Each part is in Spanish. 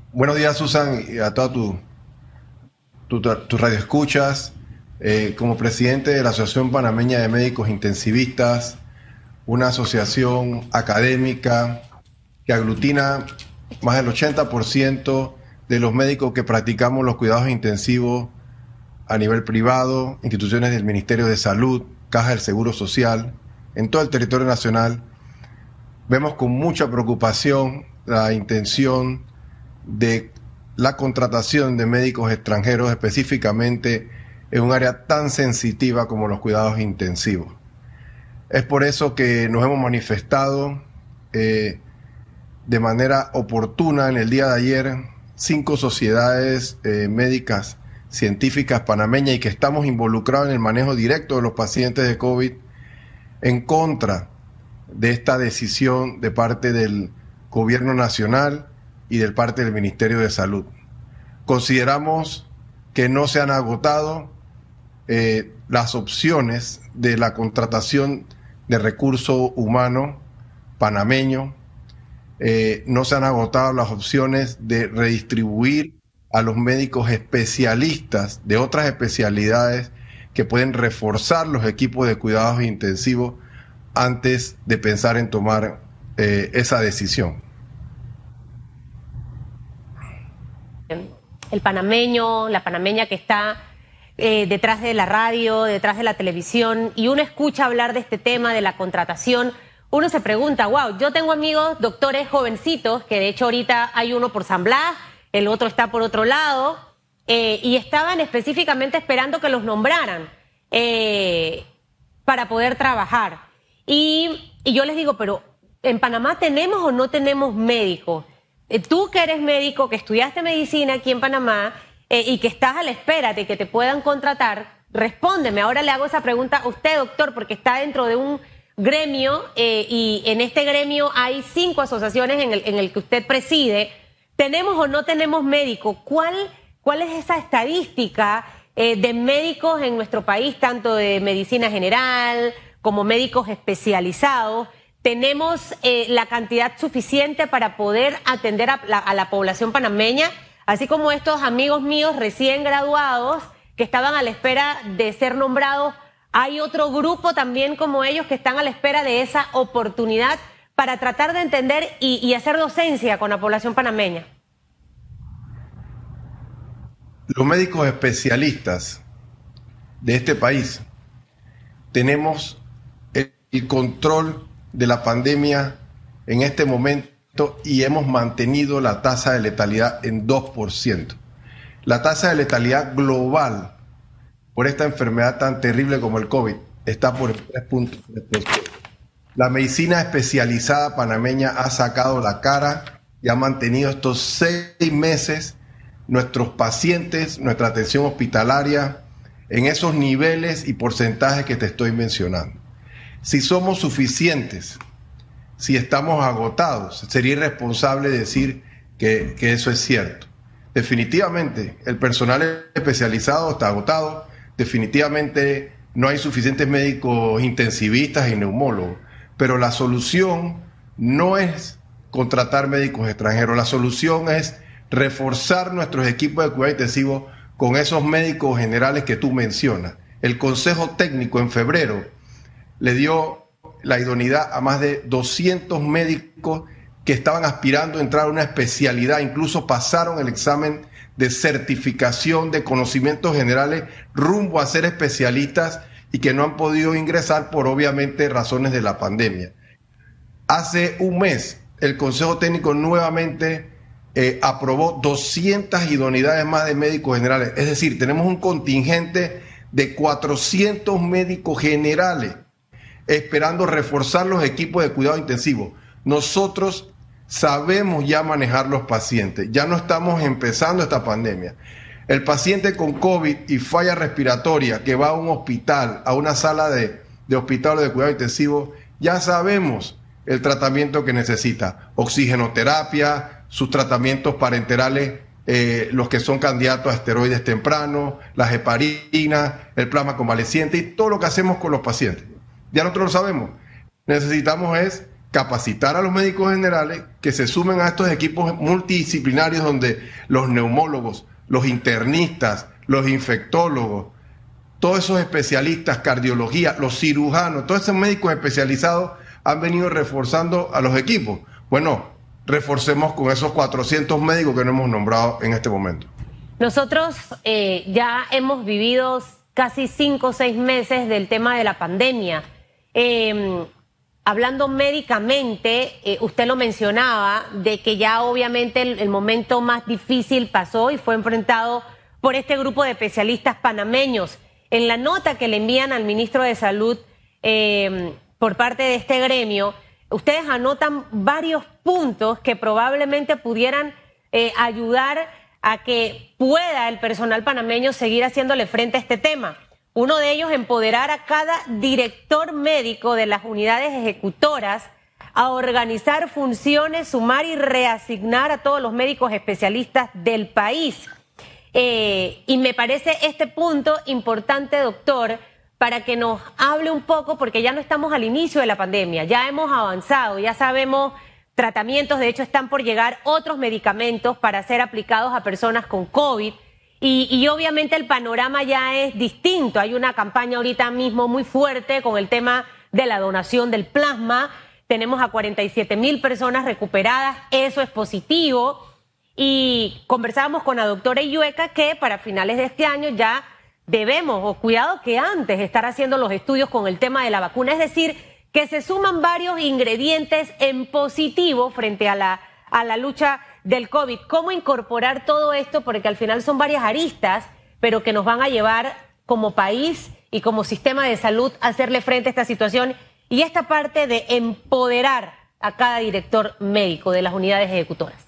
Buenos días, Susan, y a todas tus radioescuchas. Como presidente de la Asociación Panameña de Médicos Intensivistas, una asociación académica que aglutina más del 80% de los médicos que practicamos los cuidados intensivos a nivel privado, instituciones del Ministerio de Salud, Caja del Seguro Social, en todo el territorio nacional. Vemos con mucha preocupación la intención de la contratación de médicos extranjeros, específicamente en un área tan sensitiva como los cuidados intensivos. Es por eso que nos hemos manifestado de manera oportuna en el día de ayer 5 sociedades médicas científicas panameñas y que estamos involucrados en el manejo directo de los pacientes de COVID en contra de esta decisión de parte del Gobierno Nacional y de parte del Ministerio de Salud. Consideramos que no se han agotado las opciones de la contratación de recurso humano panameño, no se han agotado las opciones de redistribuir a los médicos especialistas de otras especialidades que pueden reforzar los equipos de cuidados intensivos antes de pensar en tomar esa decisión. El panameño, la panameña que está detrás de la radio, detrás de la televisión, y uno escucha hablar de este tema, de la contratación, uno se pregunta, wow, yo tengo amigos, doctores jovencitos, que de hecho ahorita hay uno por San Blas, el otro está por otro lado, y estaban específicamente esperando que los nombraran para poder trabajar. Y yo les digo, pero ¿en Panamá tenemos o no tenemos médicos? Tú que eres médico, que estudiaste medicina aquí en Panamá y que estás a la espera de que te puedan contratar, respóndeme. Ahora le hago esa pregunta a usted, doctor, porque está dentro de un gremio y en este gremio hay 5 asociaciones en el que usted preside. ¿Tenemos o no tenemos médicos? ¿Cuál es esa estadística de médicos en nuestro país, tanto de medicina general como médicos especializados? ¿Tenemos la cantidad suficiente para poder atender a la población panameña? Así como estos amigos míos recién graduados que estaban a la espera de ser nombrados, hay otro grupo también como ellos que están a la espera de esa oportunidad para tratar de entender y hacer docencia con la población panameña. Los médicos especialistas de este país tenemos el control de la pandemia en este momento y hemos mantenido la tasa de letalidad en 2%. La tasa de letalidad global por esta enfermedad tan terrible como el COVID está por 3.3%. La medicina especializada panameña ha sacado la cara y ha mantenido estos 6 meses nuestros pacientes, nuestra atención hospitalaria en esos niveles y porcentajes que te estoy mencionando. Si somos suficientes, si estamos agotados, sería irresponsable decir que eso es cierto. Definitivamente, el personal especializado está agotado, definitivamente no hay suficientes médicos intensivistas y neumólogos, pero la solución no es contratar médicos extranjeros, la solución es reforzar nuestros equipos de cuidado intensivo con esos médicos generales que tú mencionas. El Consejo Técnico en febrero le dio la idoneidad a más de 200 médicos que estaban aspirando a entrar a una especialidad, incluso pasaron el examen de certificación de conocimientos generales rumbo a ser especialistas y que no han podido ingresar por obviamente razones de la pandemia. Hace un mes el Consejo Técnico nuevamente aprobó 200 idoneidades más de médicos generales, es decir, tenemos un contingente de 400 médicos generales esperando reforzar los equipos de cuidado intensivo. Nosotros sabemos ya manejar los pacientes, ya no estamos empezando esta pandemia. El paciente con COVID y falla respiratoria que va a un hospital, a una sala de hospital o de cuidado intensivo, ya sabemos el tratamiento que necesita. Oxigenoterapia, sus tratamientos parenterales, los que son candidatos a esteroides tempranos, las heparinas, el plasma convaleciente y todo lo que hacemos con los pacientes. Ya nosotros lo sabemos. Necesitamos es capacitar a los médicos generales que se sumen a estos equipos multidisciplinarios donde los neumólogos, los internistas, los infectólogos, todos esos especialistas, cardiología, los cirujanos, todos esos médicos especializados han venido reforzando a los equipos. Bueno, reforcemos con esos 400 médicos que no hemos nombrado en este momento. Nosotros ya hemos vivido casi 5 o 6 meses del tema de la pandemia. Hablando médicamente, usted lo mencionaba, de que ya obviamente el momento más difícil pasó y fue enfrentado por este grupo de especialistas panameños. En la nota que le envían al ministro de Salud por parte de este gremio, ustedes anotan varios puntos que probablemente pudieran ayudar a que pueda el personal panameño seguir haciéndole frente a este tema. Uno de ellos, empoderar a cada director médico de las unidades ejecutoras a organizar funciones, sumar y reasignar a todos los médicos especialistas del país. Y me parece este punto importante, doctor, para que nos hable un poco, porque ya no estamos al inicio de la pandemia, ya hemos avanzado, ya sabemos tratamientos, de hecho están por llegar otros medicamentos para ser aplicados a personas con COVID. Y obviamente el panorama ya es distinto. Hay una campaña ahorita mismo muy fuerte con el tema de la donación del plasma. Tenemos a 47,000 personas recuperadas. Eso es positivo. Y conversábamos con la doctora Illueca que para finales de este año ya debemos, o cuidado que antes, estar haciendo los estudios con el tema de la vacuna. Es decir, que se suman varios ingredientes en positivo frente a la lucha del COVID. ¿Cómo incorporar todo esto? Porque al final son varias aristas, pero que nos van a llevar como país y como sistema de salud a hacerle frente a esta situación y esta parte de empoderar a cada director médico de las unidades ejecutoras.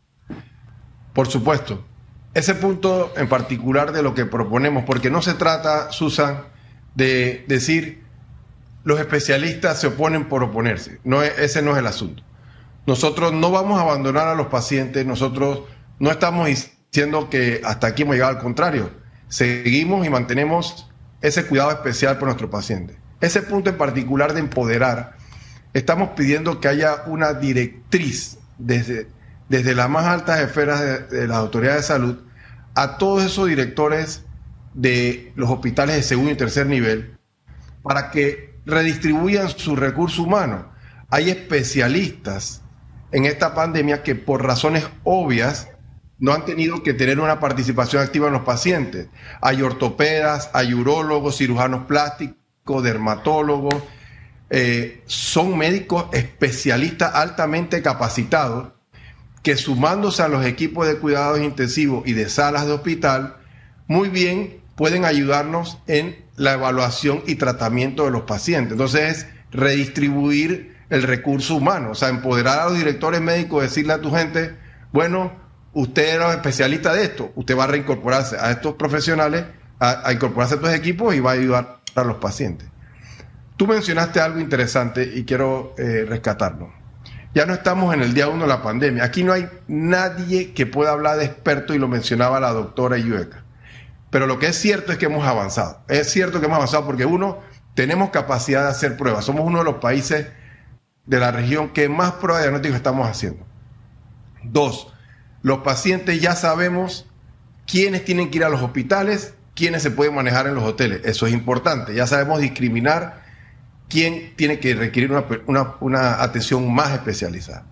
Por supuesto. Ese punto en particular de lo que proponemos, porque no se trata, Susan, de decir los especialistas se oponen por oponerse. No, ese no es el asunto. Nosotros no vamos a abandonar a los pacientes, nosotros no estamos diciendo que hasta aquí hemos llegado, al contrario, seguimos y mantenemos ese cuidado especial por nuestros pacientes. Ese punto en particular de empoderar, estamos pidiendo que haya una directriz desde las más altas esferas de las autoridades de salud a todos esos directores de los hospitales de segundo y tercer nivel para que redistribuyan su recurso humano. Hay especialistas en esta pandemia que por razones obvias no han tenido que tener una participación activa en los pacientes. Hay ortopedas, hay urólogos, cirujanos plásticos, dermatólogos, son médicos especialistas altamente capacitados que sumándose a los equipos de cuidados intensivos y de salas de hospital, muy bien pueden ayudarnos en la evaluación y tratamiento de los pacientes. Entonces es redistribuir el recurso humano, o sea, empoderar a los directores médicos, decirle a tu gente, bueno, usted era especialista de esto, usted va a reincorporarse a estos profesionales, a incorporarse a estos equipos y va a ayudar a los pacientes. Tú mencionaste algo interesante y quiero rescatarlo. Ya no estamos en el día 1 de la pandemia. Aquí no hay nadie que pueda hablar de experto y lo mencionaba la doctora Illueca. Pero lo que es cierto es que hemos avanzado. Es cierto que hemos avanzado porque uno, tenemos capacidad de hacer pruebas. Somos uno de los países de la región que más pruebas de diagnóstico estamos haciendo. 2, los pacientes ya sabemos quiénes tienen que ir a los hospitales, quiénes se pueden manejar en los hoteles. Eso es importante. Ya sabemos discriminar quién tiene que requerir una atención más especializada.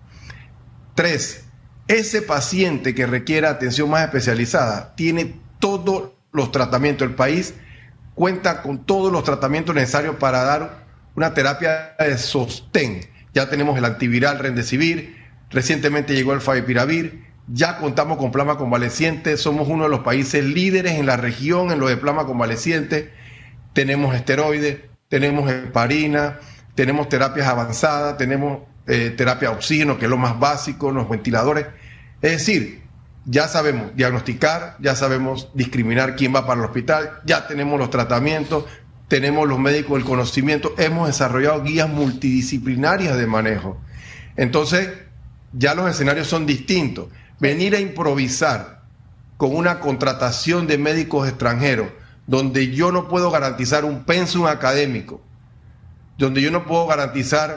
3, ese paciente que requiera atención más especializada tiene todos los tratamientos. El país cuenta con todos los tratamientos necesarios para dar una terapia de sostén. Ya tenemos el antiviral Remdesivir, recientemente llegó el Favipiravir, ya contamos con plasma convaleciente, somos uno de los países líderes en la región en lo de plasma convaleciente, tenemos esteroides, tenemos heparina, tenemos terapias avanzadas, tenemos terapia de oxígeno, que es lo más básico, los ventiladores. Es decir, ya sabemos diagnosticar, ya sabemos discriminar quién va para el hospital, ya tenemos los tratamientos, tenemos los médicos del conocimiento, hemos desarrollado guías multidisciplinarias de manejo. Entonces, ya los escenarios son distintos. Venir a improvisar con una contratación de médicos extranjeros, donde yo no puedo garantizar un pensum académico, donde yo no puedo garantizar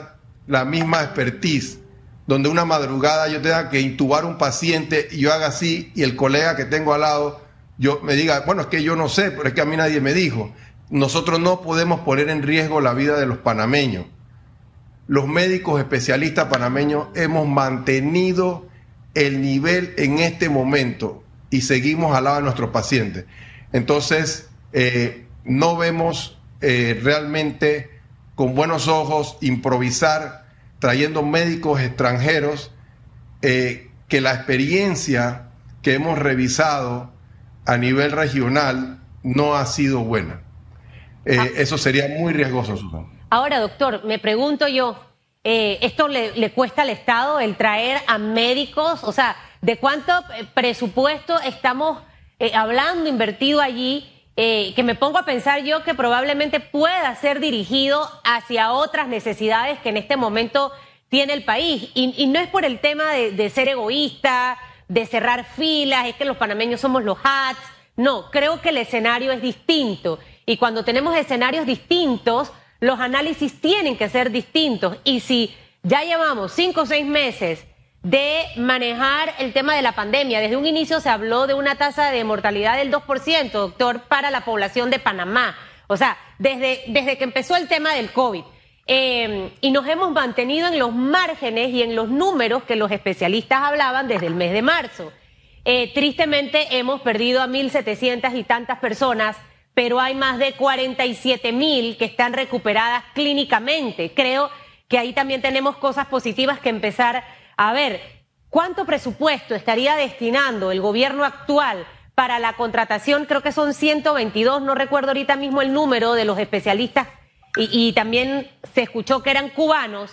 la misma expertise, donde una madrugada yo tenga que intubar un paciente y yo haga así y el colega que tengo al lado yo me diga, bueno, es que yo no sé, pero es que a mí nadie me dijo. Nosotros no podemos poner en riesgo la vida de los panameños. Los médicos especialistas panameños hemos mantenido el nivel en este momento y seguimos al lado de nuestros pacientes. Entonces, no vemos realmente con buenos ojos improvisar trayendo médicos extranjeros, que la experiencia que hemos revisado a nivel regional no ha sido buena. Eso sería muy riesgoso, Susana. Ahora, doctor, me pregunto yo, ¿esto le cuesta al Estado el traer a médicos? O sea, ¿de cuánto presupuesto estamos hablando, invertido allí? Que me pongo a pensar yo que probablemente pueda ser dirigido hacia otras necesidades que en este momento tiene el país. Y no es por el tema de ser egoísta, de cerrar filas, es que los panameños somos los hats. No, creo que el escenario es distinto. Y cuando tenemos escenarios distintos, los análisis tienen que ser distintos. Y si ya llevamos 5 o 6 meses de manejar el tema de la pandemia, desde un inicio se habló de una tasa de mortalidad del 2%, doctor, para la población de Panamá. O sea, desde que empezó el tema del COVID. Y nos hemos mantenido en los márgenes y en los números que los especialistas hablaban desde el mes de marzo. Tristemente hemos perdido a 1.700 y tantas personas, pero hay más de 47.000 que están recuperadas clínicamente. Creo que ahí también tenemos cosas positivas que empezar a ver. ¿Cuánto presupuesto estaría destinando el gobierno actual para la contratación? Creo que son 122, no recuerdo ahorita mismo el número de los especialistas, y también se escuchó que eran cubanos,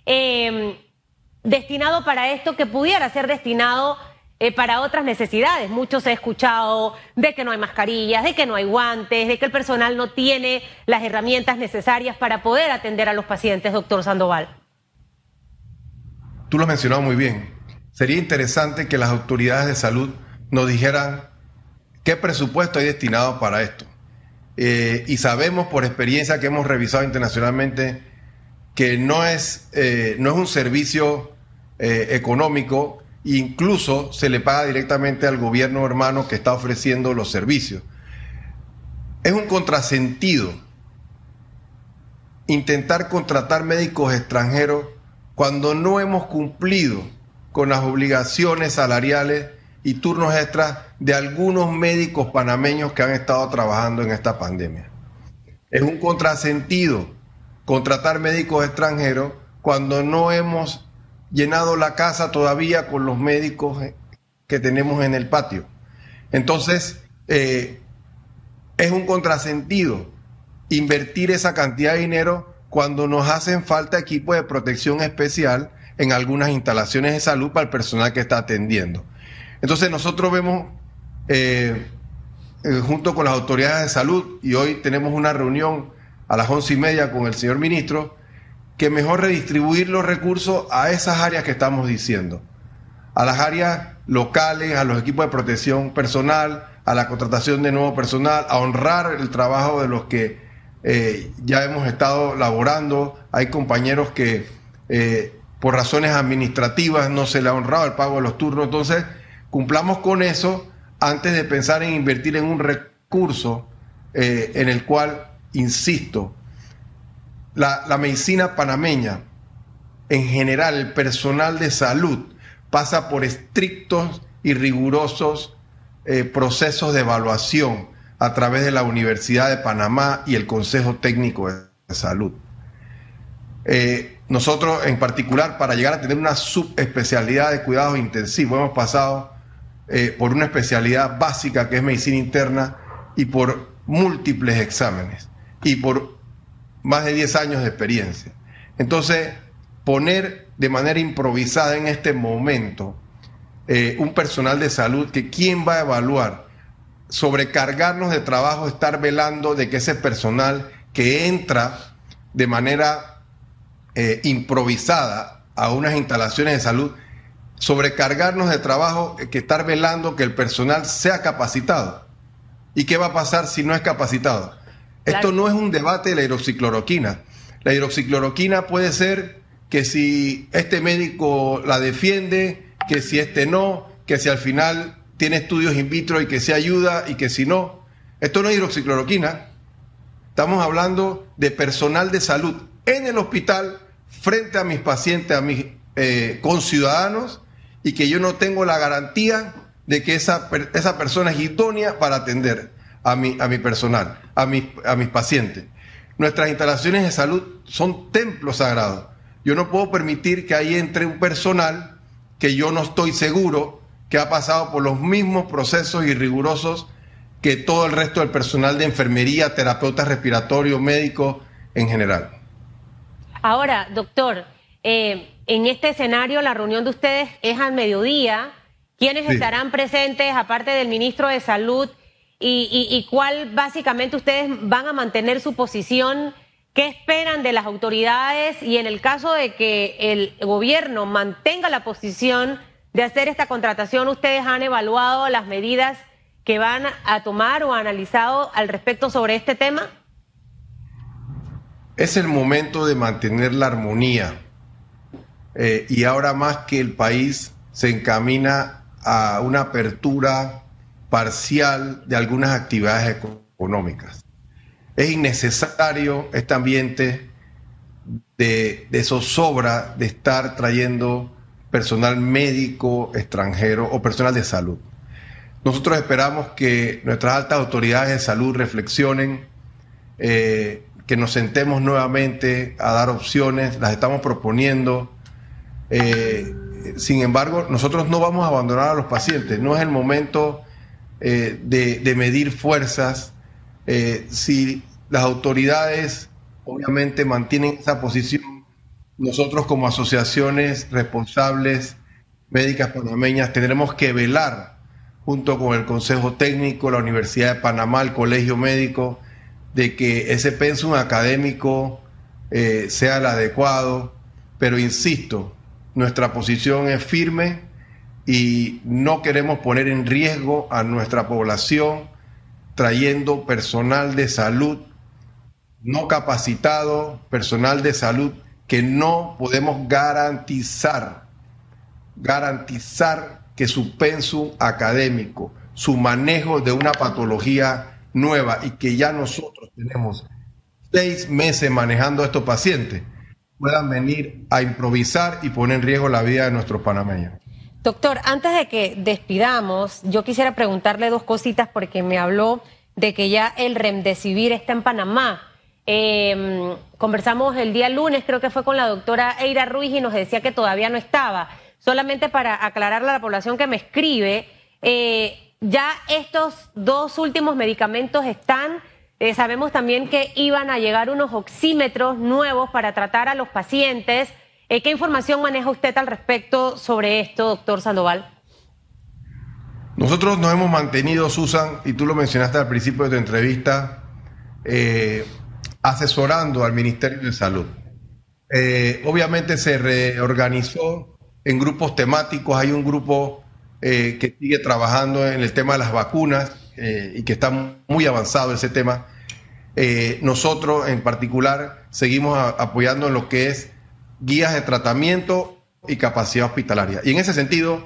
destinado para esto, que pudiera ser destinado para otras necesidades. Muchos he escuchado de que no hay mascarillas, de que no hay guantes, de que el personal no tiene las herramientas necesarias para poder atender a los pacientes, doctor Sandoval. Tú lo has mencionado muy bien. Sería interesante que las autoridades de salud nos dijeran qué presupuesto hay destinado para esto. Y sabemos por experiencia que hemos revisado internacionalmente que no es un servicio económico, incluso se le paga directamente al gobierno hermano que está ofreciendo los servicios. Es un contrasentido intentar contratar médicos extranjeros cuando no hemos cumplido con las obligaciones salariales y turnos extras de algunos médicos panameños que han estado trabajando en esta pandemia. Es un contrasentido contratar médicos extranjeros cuando no hemos llenado la casa todavía con los médicos que tenemos en el patio. Entonces, es un contrasentido invertir esa cantidad de dinero cuando nos hacen falta equipos de protección especial en algunas instalaciones de salud para el personal que está atendiendo. Entonces nosotros vemos, junto con las autoridades de salud, y hoy tenemos una reunión a las 11:30 con el señor ministro, que mejor redistribuir los recursos a esas áreas que estamos diciendo, a las áreas locales, a los equipos de protección personal, a la contratación de nuevo personal, a honrar el trabajo de los que ya hemos estado laborando. Hay compañeros que por razones administrativas no se le ha honrado el pago de los turnos. Entonces, cumplamos con eso antes de pensar en invertir en un recurso en el cual, insisto, la medicina panameña, en general, el personal de salud, pasa por estrictos y rigurosos procesos de evaluación a través de la Universidad de Panamá y el Consejo Técnico de Salud. Nosotros, en particular, para llegar a tener una subespecialidad de cuidados intensivos, hemos pasado por una especialidad básica que es medicina interna y por múltiples exámenes y por más de 10 años de experiencia. Entonces, poner de manera improvisada en este momento un personal de salud que quién va a evaluar, sobrecargarnos de trabajo, estar velando de que ese personal que entra de manera improvisada a unas instalaciones de salud, sobrecargarnos de trabajo, que estar velando que el personal sea capacitado. ¿Y qué va a pasar si no es capacitado? Claro. Esto no es un debate de la hidroxicloroquina. La hidroxicloroquina puede ser que si este médico la defiende, que si este no, que si al final tiene estudios in vitro y que si ayuda y que si no. Esto no es hidroxicloroquina. Estamos hablando de personal de salud en el hospital frente a mis pacientes, a mis conciudadanos, y que yo no tengo la garantía de que esa persona es idónea para atender a mi personal, a mis pacientes. Nuestras instalaciones de salud son templos sagrados. Yo no puedo permitir que ahí entre un personal que yo no estoy seguro que ha pasado por los mismos procesos y rigurosos que todo el resto del personal de enfermería, terapeutas respiratorios, médicos en general. Ahora, doctor, en este escenario la reunión de ustedes es al mediodía. ¿Quiénes estarán presentes aparte del ministro de Salud? ¿Y cuál básicamente ustedes van a mantener su posición? ¿Qué esperan de las autoridades? Y en el caso de que el gobierno mantenga la posición de hacer esta contratación, ¿ustedes han evaluado las medidas que van a tomar o analizado al respecto sobre este tema? Es el momento de mantener la armonía y ahora más que el país se encamina a una apertura parcial de algunas actividades económicas. Es innecesario este ambiente de zozobra de estar trayendo personal médico extranjero o personal de salud. Nosotros esperamos que nuestras altas autoridades de salud reflexionen, que nos sentemos nuevamente a dar opciones, las estamos proponiendo. Sin embargo, nosotros no vamos a abandonar a los pacientes, no es el momento de medir fuerzas. Si las autoridades obviamente mantienen esa posición, nosotros como asociaciones responsables médicas panameñas tendremos que velar junto con el Consejo Técnico, la Universidad de Panamá, el Colegio Médico, de que ese pensum académico sea el adecuado, pero insisto, nuestra posición es firme y no queremos poner en riesgo a nuestra población trayendo personal de salud no capacitado, personal de salud que no podemos garantizar que su pensum académico, su manejo de una patología nueva y que ya nosotros tenemos 6 meses manejando a estos pacientes, puedan venir a improvisar y poner en riesgo la vida de nuestros panameños. Doctor, antes de que despidamos, yo quisiera preguntarle 2 cositas porque me habló de que ya el Remdesivir está en Panamá. Conversamos el día lunes, creo que fue con la doctora Eira Ruiz y nos decía que todavía no estaba. Solamente para aclararle a la población que me escribe, ya estos 2 últimos medicamentos están. Sabemos también que iban a llegar unos oxímetros nuevos para tratar a los pacientes. ¿Qué información maneja usted al respecto sobre esto, doctor Sandoval? Nosotros nos hemos mantenido, Susan, y tú lo mencionaste al principio de tu entrevista, asesorando al Ministerio de Salud. Obviamente se reorganizó en grupos temáticos. Hay un grupo que sigue trabajando en el tema de las vacunas y que está muy avanzado ese tema. Nosotros en particular seguimos apoyando en lo que es guías de tratamiento y capacidad hospitalaria. Y en ese sentido,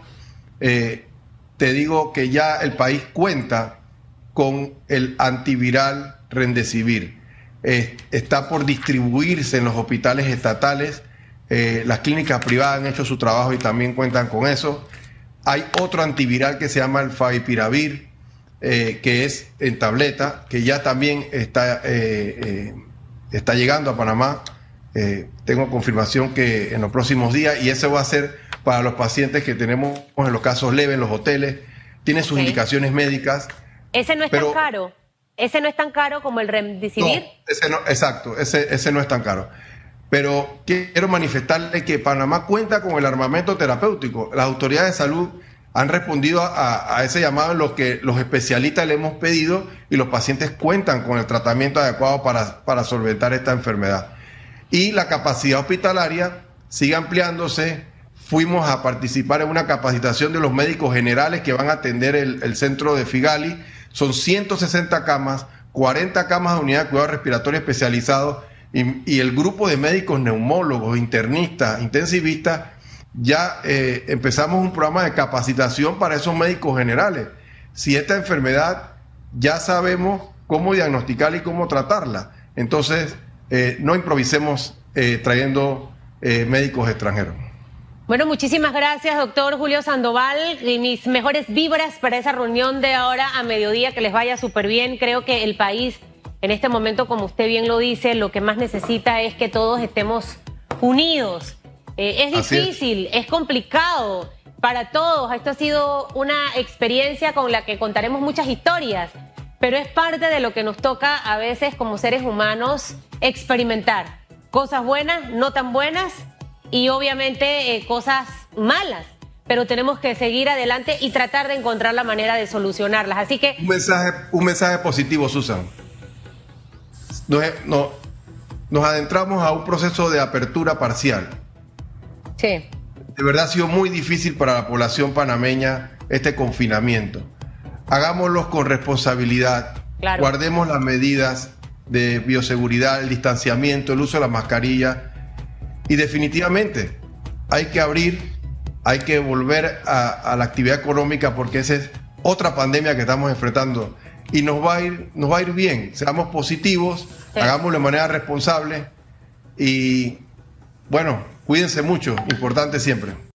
te digo que ya el país cuenta con el antiviral Remdesivir. Está por distribuirse en los hospitales estatales. Las clínicas privadas han hecho su trabajo y también cuentan con eso. Hay otro antiviral que se llama el Favipiravir, que es en tableta, que ya también está llegando a Panamá. Tengo confirmación que en los próximos días, y eso va a ser para los pacientes que tenemos en los casos leves en los hoteles. Tiene sus indicaciones médicas. Ese no es tan caro. Ese no es tan caro como el Remdesivir. No, ese no, exacto, ese no es tan caro. Pero quiero manifestarle que Panamá cuenta con el armamento terapéutico. Las autoridades de salud han respondido a ese llamado en lo que los especialistas le hemos pedido, y los pacientes cuentan con el tratamiento adecuado para solventar esta enfermedad. Y la capacidad hospitalaria sigue ampliándose. Fuimos a participar en una capacitación de los médicos generales que van a atender el centro de Figali. Son 160 camas, 40 camas de unidad de cuidado respiratorio especializado y el grupo de médicos neumólogos, internistas, intensivistas, ya empezamos un programa de capacitación para esos médicos generales. Si esta enfermedad ya sabemos cómo diagnosticarla y cómo tratarla, entonces no improvisemos trayendo médicos extranjeros. Bueno, muchísimas gracias, doctor Julio Sandoval, y mis mejores vibras para esa reunión de ahora a mediodía, que les vaya súper bien. Creo que el país en este momento, como usted bien lo dice, lo que más necesita es que todos estemos unidos. Es difícil, es complicado para todos. Esto ha sido una experiencia con la que contaremos muchas historias, pero es parte de lo que nos toca a veces como seres humanos experimentar. Cosas buenas, no tan buenas, y obviamente cosas malas, pero tenemos que seguir adelante y tratar de encontrar la manera de solucionarlas. Así que un mensaje positivo, Susan. Nos adentramos a un proceso de apertura parcial. Sí. De verdad ha sido muy difícil para la población panameña este confinamiento. Hagámoslo con responsabilidad. Claro. Guardemos las medidas de bioseguridad, el distanciamiento, el uso de la mascarilla. Y definitivamente hay que abrir, hay que volver a la actividad económica, porque esa es otra pandemia que estamos enfrentando y nos va a ir bien. Seamos positivos, sí. Hagámoslo de manera responsable y bueno, cuídense mucho, importante siempre.